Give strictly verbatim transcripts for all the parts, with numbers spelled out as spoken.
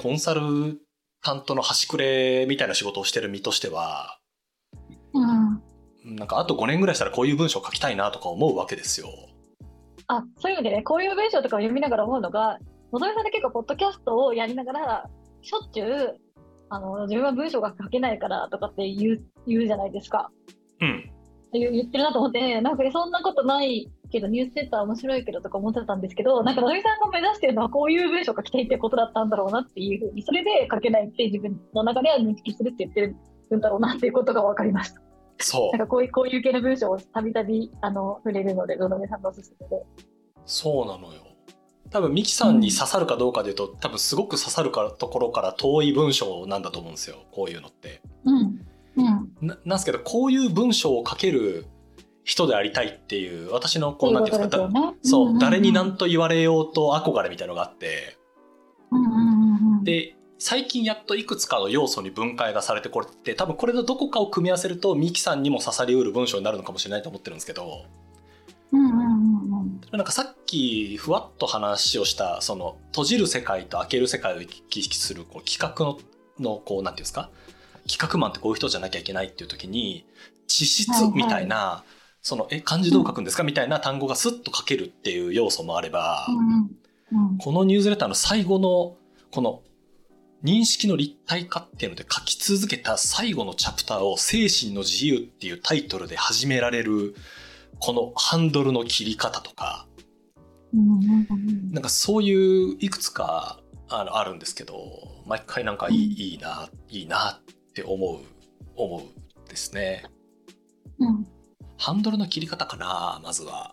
コンサルタントの端くれみたいな仕事をしてる身としては、うん、なんかあとごねんぐらいしたらこういう文章を書きたいなとか思うわけですよ。 あ、そういう意味でね、こういう文章とかを読みながら思うのが、のぞみさんって結構ポッドキャストをやりながらしょっちゅうあの自分は文章が書けないからとかって言う、言うじゃないですか。 うん言ってるなと思って、なんかそんなことないけどニュースセンター面白いけどとか思ってたんですけど、なんかのぞみさんが目指してるのはこういう文章を書きたいってことだったんだろうなっていうふうに、それで書けないって自分の中では認識するって言ってるんだろうなっていうことが分かりました。 そうなんかこういうこういう系の文章をたびたびあの触れるので、のぞみさんのおすすめで。 そうなのよ。多分ミキさんに刺さるかどうかでいうと、うん、多分すごく刺さるかところから遠い文章なんだと思うんですよ、こういうのって。 うんうん、 な, なんすけど、こういう文章を書ける人でありたいっていう私のこうなんていうんですか、ね、そう、うんうんうん、誰に何と言われようと憧れみたいなのがあって、 うんうんうんうん、 で最近やっといくつかの要素に分解がされてこれて、多分これのどこかを組み合わせるとミキさんにも刺さりうる文章になるのかもしれないと思ってるんですけど、 うんうんうんうん、 なんかさっきふわっと話をしたその閉じる世界と開ける世界を行き来するこう企画ののこうなんていうんですか、企画マンってこういう人じゃなきゃいけないっていう時に地質みたいな、はいはい、そのえ漢字どう書くんですかみたいな単語がスッと書けるっていう要素もあれば、 うんうん、 このニュースレターの最後のこの認識の立体化っていうので書き続けた最後のチャプターを精神の自由っていうタイトルで始められるこのハンドルの切り方とか、なんかそういういくつか あのあるんですけど、毎回なんかいい、うん、いいないいなって思う思うですね、 うん、 ハンドルの切り方かな。まずは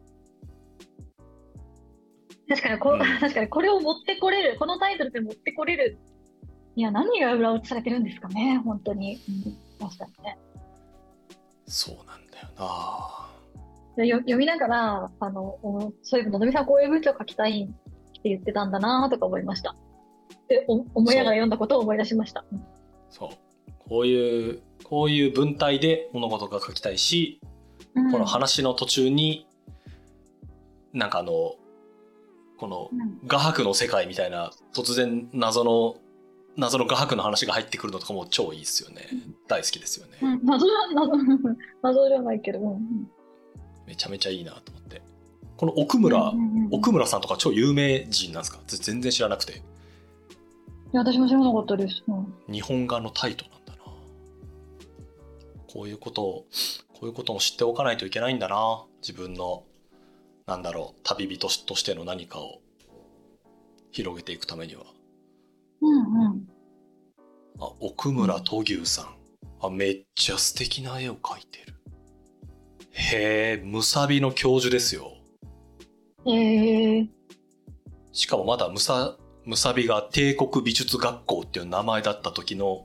確かに こ,、うん、確かにこれを持ってこれる、このタイトルで持ってこれるには何が裏打ちされてるんですかね、本当に、うん、確かにね。 そうなんだよな。 よ読みながらあのそういえばのぞみさんこういう文章書きたいって言ってたんだなとか思いました。で思いながら読んだことを思い出しました。 そう、こういうこういう文体で物事が書きたいし、うん、この話の途中になんかあのこの画伯の世界みたいな突然謎の謎の画伯の話が入ってくるのとかも超いいですよね、うん、大好きですよね、 うん、謎謎謎じゃないけど、うん、 めちゃめちゃいいなと思って。この奥村、うんうんうん、奥村さんとか超有名人なんですか？全然知らなくて。いや私も知らなかったです、うん、 日本画のタイトなんだな。こういうことをこういうことも知っておかないといけないんだな。自分のなんだろう旅人としての何かを広げていくためには。 うんうん。 あ、奥村斗牛さん、あ、めっちゃ素敵な絵を描いてる。へえ、むさびの教授ですよ。 へえ。 しかもまだむさむさびが帝国美術学校っていう名前だった時の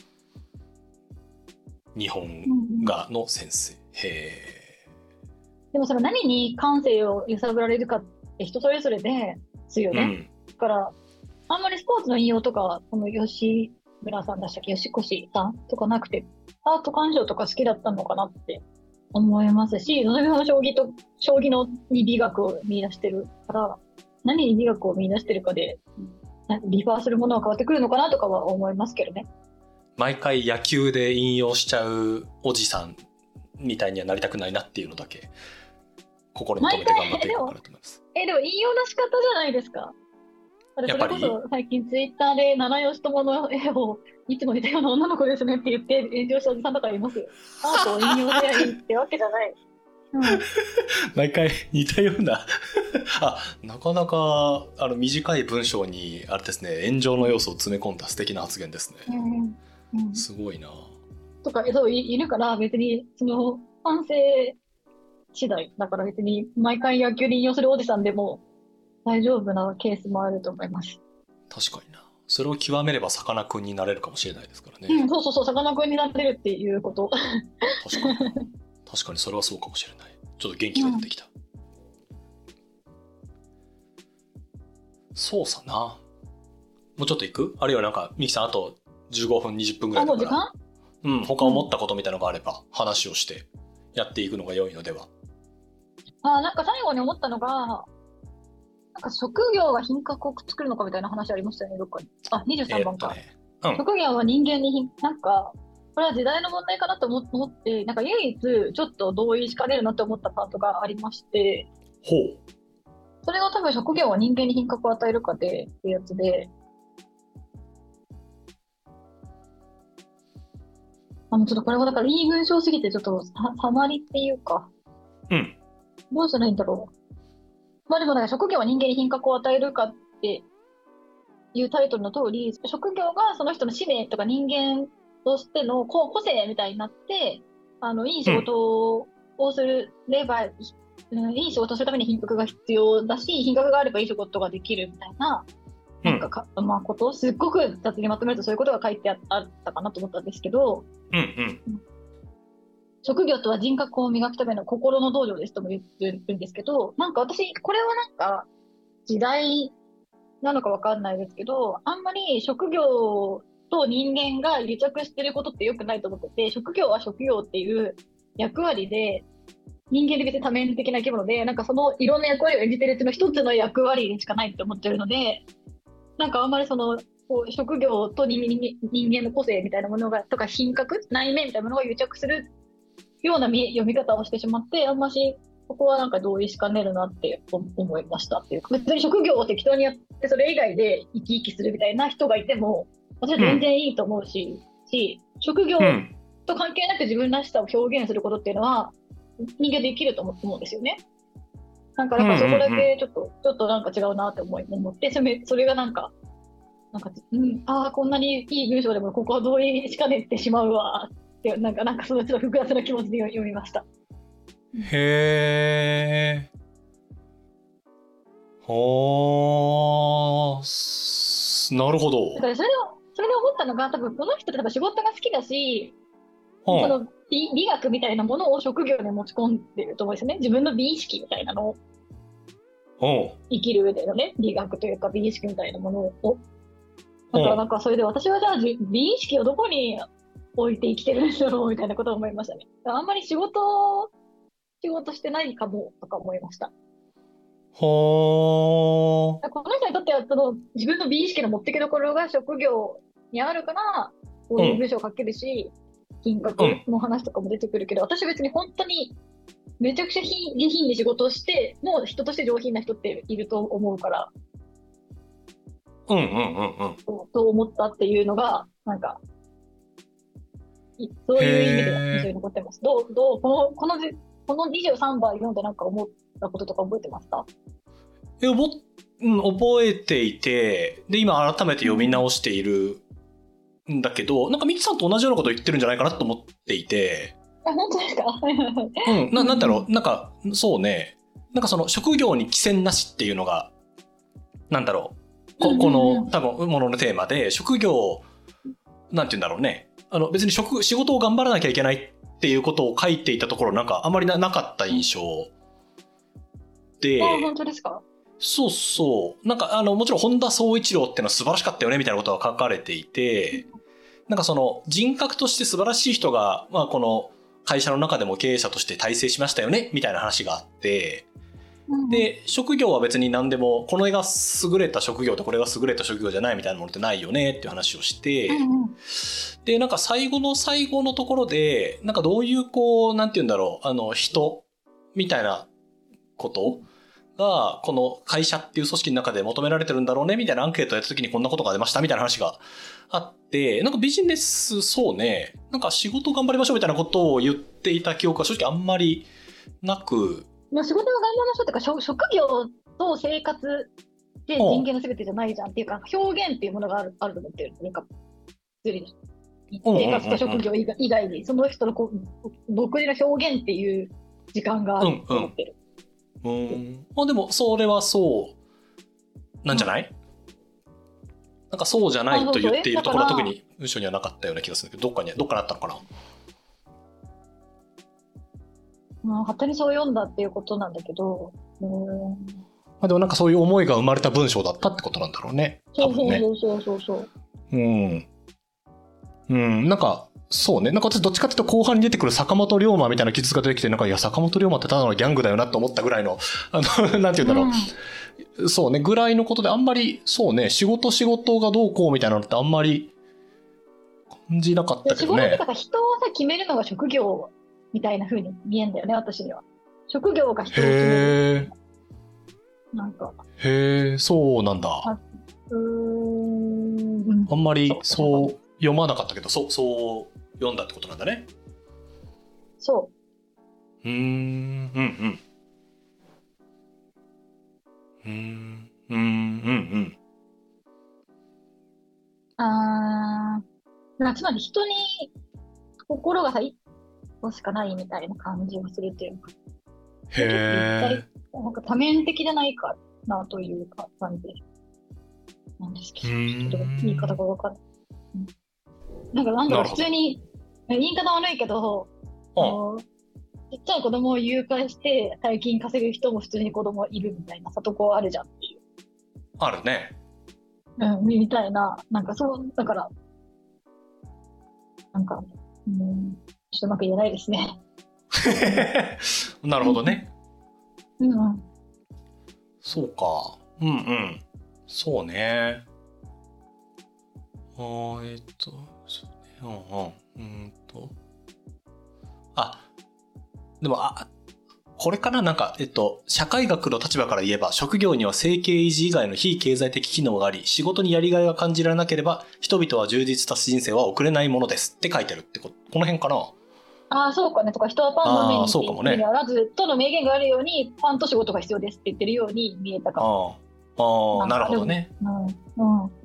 日本画の先生、うんうん、へえ。 でもその何に感性を揺さぶられるかって人それぞれですよね、うん、だからあんまりスポーツの引用とかこの吉村さんでしたっけ、吉越さんとかなくてアート鑑賞とか好きだったのかなって思いますし、のぞみさんの将棋と将棋のに美学を見出してるから何に美学を見出してるかでリファーするものは変わってくるのかなとかは思いますけどね。 毎回野球で引用しちゃうおじさんみたいにはなりたくないなっていうのだけ心に留めて頑張っていこうかなと思います。 えでも引用の仕方じゃないですか。それこそ最近ツイッターで七吉友の絵をいつも似たような女の子ですねって言って炎上したおじさんとかいますよ。アートを引用でやりってわけじゃない。うん、 毎回似たようなあ、なかなかあの短い文章にあれですね、炎上の要素を詰め込んだ素敵な発言ですね、うんうん、すごいなとかそういるから別にその反省次第だから別に毎回野球で引用するおじさんでも大丈夫なケースもあると思います。 確かにな。それを極めればさかなクンになれるかもしれないですからね、 うん、そうそうそう、さかなクンになれるっていうこと確かに確かにそれはそうかもしれない。ちょっと元気が出てきた、うん、そうさな。もうちょっといく？あるいはなんかミキさんあとじゅうごふんにじゅっぷんぐらいだから、 あ、もう時間？ うん、他思ったことみたいなのがあれば話をしてやっていくのが良いのでは。 あ、なんか最後に思ったのが、なんなんか職業が品格を作るのかみたいな話ありましたよね、どっかに。あ、にじゅうさんばんか。 えーっとねうん、 職業は人間に品、なんか、これは時代の問題かなと思思って、なんか唯一ちょっと同意しかねるなと思ったパートがありまして、 ほう。 それが多分職業は人間に品格を与えるかでっていうやつで、あの、ちょっとこれはだからいい文章すぎてちょっとさ、さまりっていうか、 うん。 どうしたらいいんだろう。まあでもなんか職業は人間に品格を与えるかっていうタイトルの通り、職業がその人の使命とか人間としての個個性みたいになって、あの、いい仕事をするれば、うん、いい仕事をするために品格が必要だし、品格があればいい仕事ができるみたいな、なんかか、うん、まあことをすっごく雑にまとめるとそういうことが書いてあったかなと思ったんですけど、 うんうん。 職業とは人格を磨くための心の道場ですとも言ってるんですけど、なんか私、これはなんか時代なのかわかんないですけど、あんまり職業と人間が癒着してることって良くないと思ってて、職業は職業っていう役割で、人間で別に多面的な生き物で、なんかそのいろんな役割を演じてるうちの一つの役割でしかないって思ってるので、なんかあんまりその、こう職業と人間人間の個性みたいなものが、とか品格、内面みたいなものが癒着するような見読み方をしてしまって、あんまし、ここはなんか同意しかねるなって思いましたっていうか、別に職業を適当にやってそれ以外で生き生きするみたいな人がいても私は全然いいと思うし、うん、し職業と関係なく自分らしさを表現することっていうのは人間できると思うんですよね。なんかなんかそこだけちょっと、うんうんうん、ちょっとなんか違うなって思い思ってそれ、それがなんかなんか、うん、ああこんなにいい文章でもここは同意しかねってしまうわってなんかなんかそのちょっと複雑な気持ちで読みました。 へー。はー。なるほど。 だからそれで、それで思ったのが、多分この人って多分仕事が好きだし、うん、その美、美学みたいなものを職業に持ち込んでると思うんですよね。自分の美意識みたいなのを。生きる上でのね、美学というか美意識みたいなものを。だからなんかそれで私はじゃあ美意識をどこに置いて生きてるんだろうみたいなことを思いましたね。あんまり仕事、仕事してないかもとか思いました。はー。この人にとってはその自分の美意識の持ってきどころが職業にあるからこういう文章を書けるし、うん、金額の話とかも出てくるけど、私別に本当にめちゃくちゃ下品に仕事をしてもう人として上品な人っていると思うからうんうんうんうんと、と思ったっていうのがなんかそういう意味では印象に残ってます。どうどうこのこのこのにじゅうさんばん読んでなんか思ったこととか覚えてますか？ いや、ぼ、うん、覚えていて、で、今改めて読み直しているんだけど、うん、なんかミキさんと同じようなこと言ってるんじゃないかなと思っていて。 あ、本当ですか？ うん、な、なんだろう、なんか、そうね、なんかその職業に寄せなしっていうのが、なんだろう、こ、この多分もののテーマで、職業、なんて言うんだろうね、あの別に職、仕事を頑張らなきゃいけないっていうことを書いていたところ、なんかあまり な, なかった印象で。 あ、本当ですか？ そうそう。なんかあのもちろん本田宗一郎ってのは素晴らしかったよねみたいなことが書かれていて、なんかその人格として素晴らしい人が、まあ、この会社の中でも経営者として大成しましたよねみたいな話があって、で職業は別に何でもこの絵が優れた職業とこれが優れた職業じゃないみたいなものってないよねっていう話をして、でなんか最後の最後のところでなんかどういうこうなんて言うんだろう、あの人みたいなことがこの会社っていう組織の中で求められてるんだろうねみたいなアンケートをやった時にこんなことが出ましたみたいな話があって、なんかビジネスそうね、なんか仕事頑張りましょうみたいなことを言っていた記憶は正直あんまりなく、 まあ、仕事を頑張りましょうというか職業と生活で人間の全てじゃないじゃんっていうか表現っていうものがある、あると思ってるんですね。生活と職業以外、以外にその人のこう独自の表現っていう時間があると思ってる。 うんうん、うんまあ、でもそれはそうなんじゃない、うん、なんかそうじゃないと言っているところは特に文章にはなかったような気がするけど、どっかにどっかにあったのかな。 まあ、勝手にそう読んだっていうことなんだけど、うーん、 まあ、でもなんかそういう思いが生まれた文章だったってことなんだろうね。多分ね。 そうそうそうそうそう。 うん。うん、なんかそうね。なんか私どっちかっていうと後半に出てくる坂本龍馬みたいな記述が出てきて、なんかいや坂本龍馬ってただのギャングだよなと思ったぐらいの、あの、なんて言うんだろう、うん。そうね。ぐらいのことであんまり、そうね、仕事仕事がどうこうみたいなのってあんまり感じなかったけどね。 仕事とか人をさ、決めるのが職業みたいな風に見えんだよね、私には。職業が人を決める。へー。なんか。 へー、そうなんだ。 うーん。 あんまりそう読まなかったけど、そう、そう読んだってことなんだね。 そう。 うーん、うん、うん。うーん、うん、うん、うん。 あー、つまり人に心がさ、一個しかないみたいな感じがするっていうか。 へー。なんか多面的じゃないかなというか感じなんですけど、ちょっと言い方がわかんない。うん、なんか、なんだろう、普通に、言い方悪いけど、あのちっちゃい子供を誘拐して大金稼ぐ人も普通に子供いるみたいなさとこあるじゃんっていう。 あるね。 うん、みたいな、なんかそう、だから、なんか、うん、ちょっとうまく言えないですね。 なるほどね。 うん、うん。 そうか。うんうん。そうね。あーえっと、そうね。うんうん。うんと。あ、でも、あ、これからなんか、えっと、社会学の立場から言えば、職業には生計維持以外の非経済的機能があり、仕事にやりがいが感じられなければ、人々は充実した人生は送れないものですって書いてるってこ、この辺かな。 ああ、そうかね。とか、人はパンの上にそうかもね。 にあらず、との名言があるように、パンと仕事が必要ですって言ってるように見えたかも。 ああ、なるほどね。 うん。うん。あ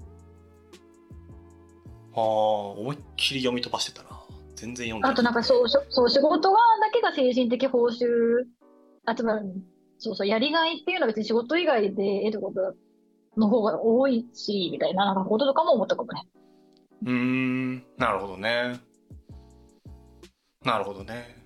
あ、思いっきり読み飛ばしてたな。全然読んでない。 あとなんかそう、そう、仕事がだけが精神的報酬、あ、つまり、そうそう、やりがいっていうのは別に仕事以外で得ることの方が多いし、みたいな、なんかこととかも思ったかもね。 うーん、なるほどね。なるほどね。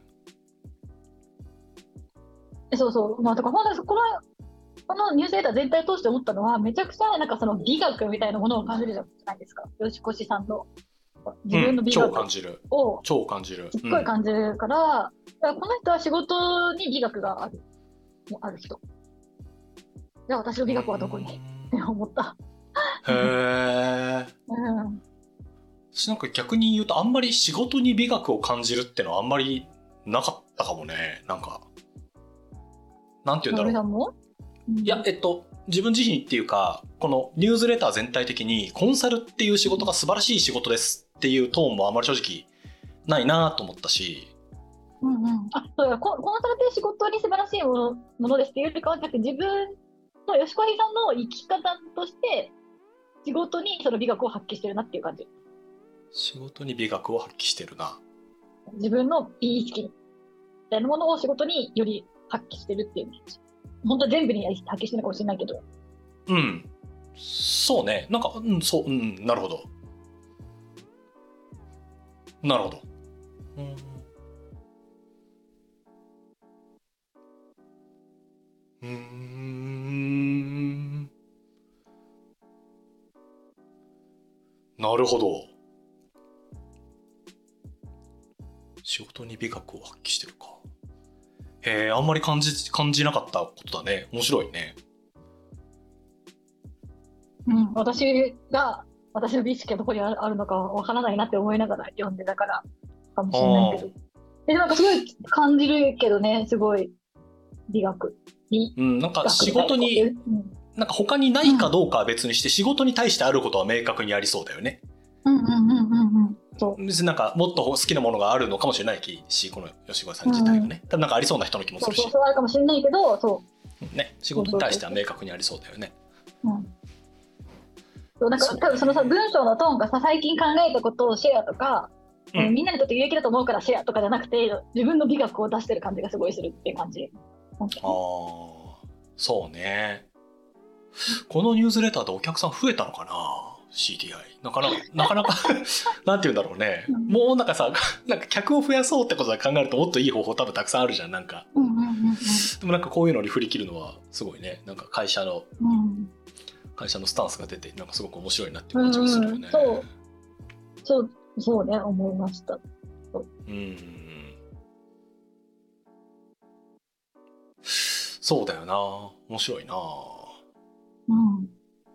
そうそう。まあ、とか、本当にこの、このニュースレター全体を通して思ったのは、めちゃくちゃなんかその美学みたいなものを感じるじゃないですか。吉越さんの自分の美学を、 うん、超感じる。超感じる。 すっごい感じるから、うん、だからこの人は仕事に美学がある、ある人。じゃあ私の美学はどこにって思った。 へー。うん。私なんか逆に言うとあんまり仕事に美学を感じるってのはあんまりなかったかもね。なんかなんて言うんだろう、うん、いやえっと自分自身っていうかこのニュースレター全体的にコンサルっていう仕事が素晴らしい仕事ですっていうトーンもあんまり正直ないなと思ったし、 うんうん、あ、そうだ、コンサルっていう仕事に素晴らしいもの、ものですっていうよりかはなくて、自分の吉越さんの生き方として仕事にその美学を発揮してるなっていう感じ。 仕事に美学を発揮してるな。 自分の美意識みたいなものを仕事により発揮してるっていう感じ。本当は全部に発揮してるかもしれないけど。 うん。そうね。なんか、うん、そう、うん、なるほど。なるほど。うん。うーん。なるほど。仕事に美学を発揮してるか。へえ、あんまり感じ感じなかったことだね。面白いね。 うん、私が私の美意識がどこにあるのかわからないなって思いながら読んでたからかもしれないけど。でなんかすごい感じるけどね、すごい美学。 うん、なんか仕事に、うん、なんか他にないかどうかは別にして、うん、仕事に対してあることは明確にありそうだよね。 うんうんうんうんうん。そう。 別になんかもっと好きなものがあるのかもしれないし、この吉越さん自体がね、うん、多分なんかありそうな人の気もするし。 そうそうそう、あるかもしれないけど、そう。 ね、仕事に対しては明確にありそうだよね。 うん。そうなんか多分そのさ文章のトーンがさ、最近考えたことをシェアとか、うん、みんなにとって有益だと思うからシェアとかじゃなくて、自分の美学を出してる感じがすごいするっていう感じ。 ああ、そうね。このニュースレターでお客さん増えたのかな シーティーアイ。なかなか、なかなかなんて言うんだろうね。うん、もうなんかさ、なんか客を増やそうってことで考えるともっといい方法多分たくさんあるじゃん、なんか。 うんうんうんうん、 でもなんかこういうのに振り切るのはすごいね。なんか会社の、うん、会社のスタンスが出て、なんかすごく面白いなっていう感じがするよね。 うんうん、そう。そう。 そうね、思いました。 うん。そうだよな。面白いな。 うん。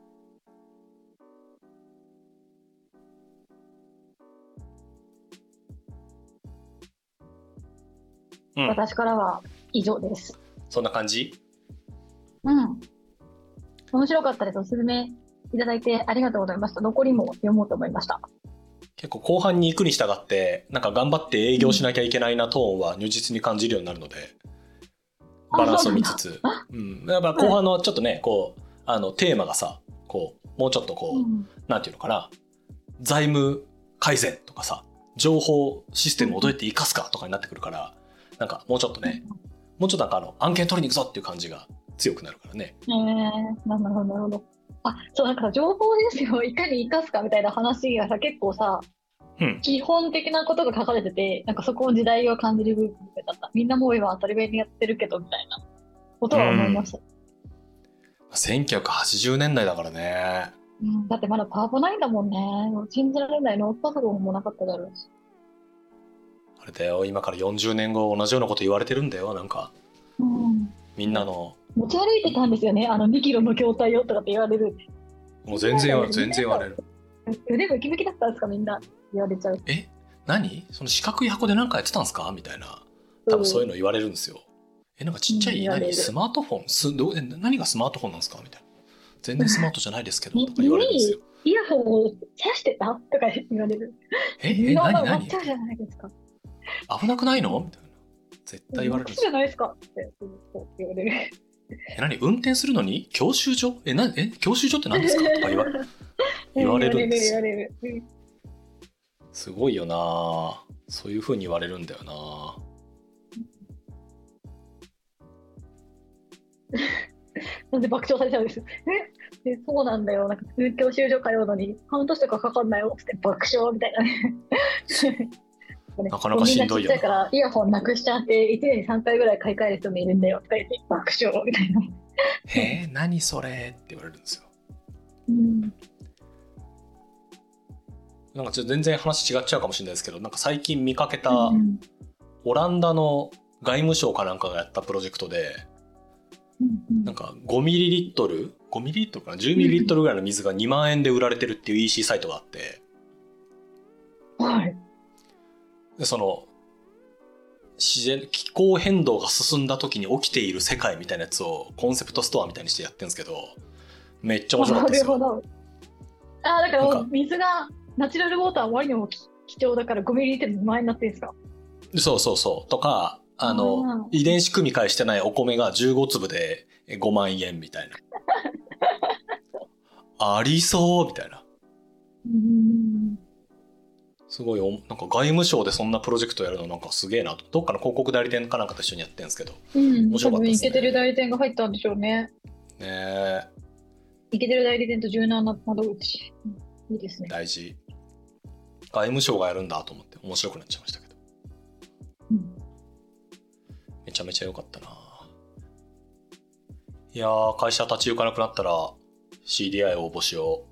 うん。 私からは以上です。 そんな感じ？ うん。面白かったです。おすすめいただいてありがとうございました。残りも読もうと思いました。 結構後半に行くに従って、なんか頑張って営業しうん。 なきゃいけないなトーンは如実に感じるようになるので、バあ、 ランスをそうなんだ。 見つつ、うん。やっぱ後はい。 半のちょっとね、こう、あの、テーマがさ、こう、もうちょっとこうん。 う、なんていうのかな、財務改善とかさ、情報システムをどうやって活かすかとかになってくるから、なんかもうちょっとね、もうちょっとなんかあの、案件取りに行くぞっていう感じが強くなるからね。 えー、なるほど、なるほど。あ、そう、なんか情報ですよ。いかに活かすかみたいな話がさ、結構さ、 うん。 基本的なことが書かれてて、なんかそこを時代を感じる部分だった。みんなもう今当たり前にやってるけど、みたいなことうは思いましん。 た。 せんきゅうひゃくはちじゅうねんだいだからね。 うん、だってまだパワポないんだもんね。信じられないノートパソコンもなかっただろうし。 あれだよ、今からよんじゅうねんご同じようなこと言われてるんだよ、なんか。 うん。 みんなの、 持ち歩いてたんですよね。あのにキロの筐体をとかって言われる。 もう全然言わ、全然言われる。 腕ムキムキだったんですかみんな言われちゃう。 え何その四角い箱で何かやってたんですかみたいな。多分そういうの言われるんですよ。え、なんかちっちゃい、何スマートフォンすどえ何がスマートフォンなんですかみたいな。全然スマートじゃないですけど、とか言われるんですよ。 イヤホンを挿してたとか言われる。 え、え、何終わっ何ちゃうじゃないですか。 危なくないのみたいな。絶対言われるんですよ。 じゃないですかって言われる。 え、何運転するのに教習所え、な、え、教習所って何ですかとか言わ言われるんですよ。 言われる、言われる。 すごいよな。そういう風に言われるんだよな。 なんで爆笑されちゃうんです。えでそうなんだよ。なんか教習所通うのに半年とかかかんないよって爆笑みたいなね。 なかなかしんどいよな。 みんなちっちゃいからイヤホンなくしちゃっていちねんにさんかいぐらい買い替える人もいるんだよとか言って爆笑みたいな。 えー、何それって言われるんですよ。 うん、 なんかちょっと全然話違っちゃうかもしれないですけど、なんか最近見かけたうんオランダの外務省かなんかがやったプロジェクトで、 うん、 なんかごミリリットルごミリリットルかなじゅうミリリットルぐらいの水がにまんえんで売られてるっていう イーシー サイトがあって、 はい。 でその自然気候変動が進んだ時に起きている世界みたいなやつをコンセプトストアみたいにしてやってるんですけど、めっちゃ面白かったですよ。 なるほど。ああ、だからもう水がナチュラルウォーターあまりにも貴重だからごミリリットルにまんえんになってるんですか？ そうそうそうとか、あの遺伝子組み換えしてないお米がじゅうごつぶでごまんえんみたいなありそうみたいな。 うん、 すごいおなんか外務省でそんなプロジェクトやるのなんかすげえなと。どっかの広告代理店かなんかと一緒にやってるんですけど、 うん、 面白かったですね。 多分イケてる代理店が入ったんでしょうね。 ねえ、 イケてる代理店と柔軟な窓口、うん、いいですね。 大事。外務省がやるんだと思って面白くなっちゃいましたけど、 うん、 めちゃめちゃ良かったな。いやー、会社立ち行かなくなったら シーディーアイ 応募しよ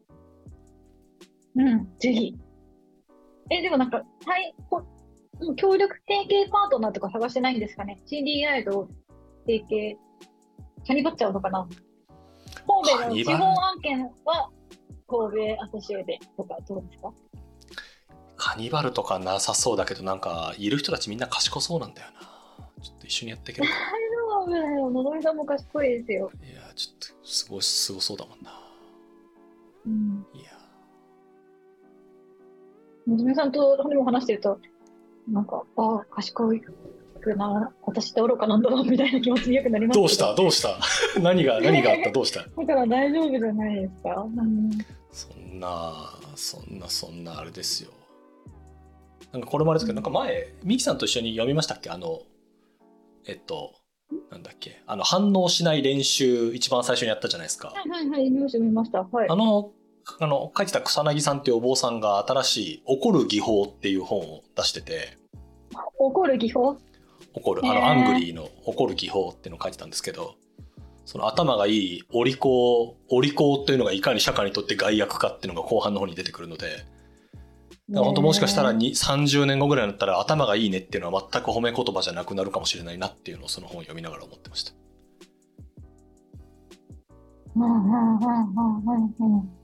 う。うん、ぜひ。え、でもなんか、対こ協力提携パートナーとか探してないんですかね？ シーディーアイ と提携、カニバっちゃうのかな？神戸の地方案件は神戸アソシエイテとかどうですか？ カニバルとかなさそうだけど、なんかいる人たちみんな賢そうなんだよな。ちょっと一緒にやっていけるかな。 大丈夫だよ。のぞみさんも賢いですよ。 いや、ちょっとすごいすごそうだもんな。 うん。 いや。 のぞみさんとでも話してると、なんか、ああ、賢いな、私って愚かなんだな、みたいな気持ちによくなりますけど。 どうしたどうした何が、何があったどうしただから大丈夫じゃないですか。うん、 そんな、そんな、そんなあれですよ。なんかこれもあれですけど、なんか前、ミキさんと一緒に読みましたっけ？あの、えっと、なんだっけ、あの、反応しない練習、一番最初にやったじゃないですか。 はいはいはい、見ました、見ました。はい。 あの、あの、書いてた草薙さんっていうお坊さんが新しい怒る技法っていう本を出してて、 怒る技法？ 怒る、あの、アングリーの怒る技法っていうのを書いてたんですけど、その頭がいいお利口、お利口っていうのがいかに社会にとって害悪かっていうのが後半の方に出てくるので、 だから本当もしかしたらにさんじゅうねんごぐらいになったら頭がいいねっていうのは全く褒め言葉じゃなくなるかもしれないなっていうのをその本を読みながら思ってました。 うんうんうんうんうんうん。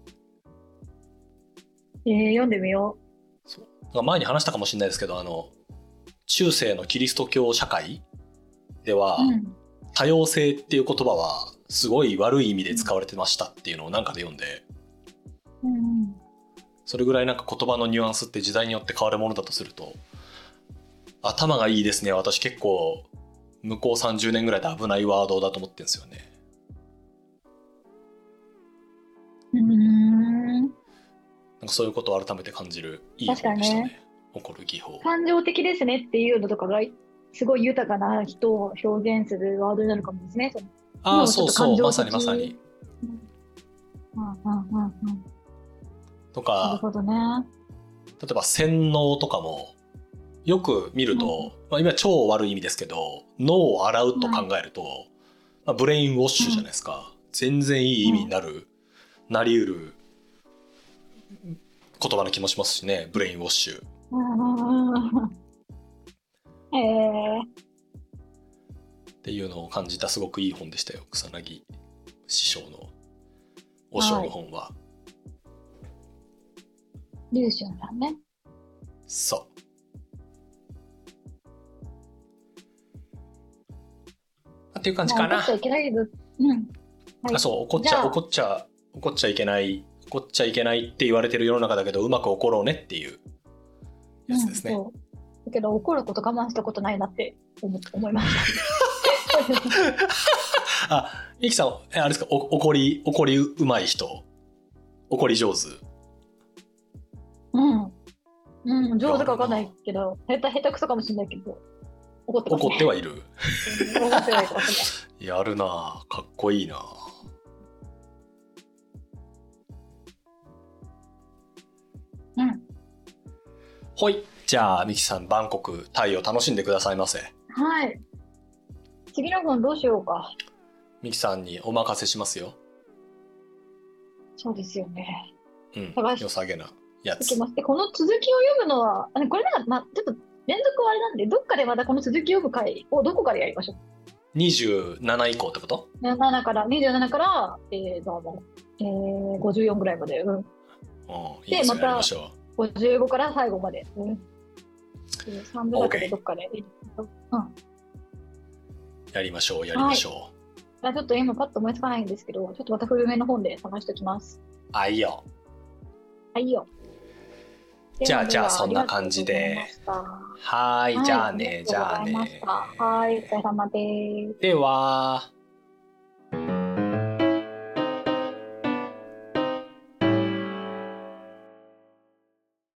えー、読んでみよう。そう前に話したかもしれないですけど、あの中世のキリスト教社会では、うん、多様性っていう言葉はすごい悪い意味で使われてましたっていうのをなんかで読んで、うんうん、それぐらいなんか言葉のニュアンスって時代によって変わるものだとすると、頭がいいですね。私結構向こうさんじゅうねんぐらいで危ないワードだと思ってるんですよね。 うーん、 なんかそういうことを改めて感じるいい本でしたね。ね、起こる技法。 感情的ですねっていうのとかがすごい豊かな人を表現するワードになるかもですね。 ああ、そうそう、まさにまさに。 うんうんうんうん。 とか、 なるほどね。 例えば洗脳とかもよく見ると、うんまあ、今超悪い意味ですけど、脳を洗うと考えると、うんまあ、ブレインウォッシュじゃないですか。うん、全然いい意味になる、うん、なりうる言葉の気もしますしね、ブレインウォッシュ。 へえー。 っていうのを感じたすごくいい本でしたよ、草薙師匠の和尚の本は。 龍春さんね。 そう。っていう感じかな。 怒っちゃいけないけど、うん。 はい、あ、そう、怒っちゃ怒っちゃ怒っちゃいけない、怒っちゃいけないって言われてる世の中だけど、うまく怒ろうねっていうやつですね。うん、そうだけど怒ること我慢したことないなって思思いました。 あ、ミキさん、あれですか、お怒り怒りうまい人、怒り上手。 うん、うん、上手か分かんないけど、下手下手くそかもしれないけど、怒ってますね。 怒ってはいる。 怒ってはいる。 やるな、かっこいいな。 うん。 ほい、じゃあミキさん、バンコクタイを楽しんでくださいませ。 はい。次の本どうしようか。 ミキさんにお任せしますよ。 そうですよね。 うん。良さげなやつ。 でこの続きを読むのは、あのこれなんか、まあ、ちょっと連続はあれなんで、どっかでまたこの続き読む回をどこからやりましょう。 にじゅうなな以降ってこと？ ななからにじゅうななから、えー、どうも、えー、ごじゅうよんぐらいまで。うん。 いいですよ、 でまたやりましょう。 ごじゅうごから最後まで。うん。さんぶんだけでどっかで、うん。 やりましょうやりましょう。 はい、ちょっと今パッと思いつかないんですけど、ちょっとまた古めの本で探しておきます。 あ、いいよ。 あ、いいよ。 じゃあじゃあそんな感じで。はい、じゃあね、じゃあね。 はい、お疲れ様です。 では。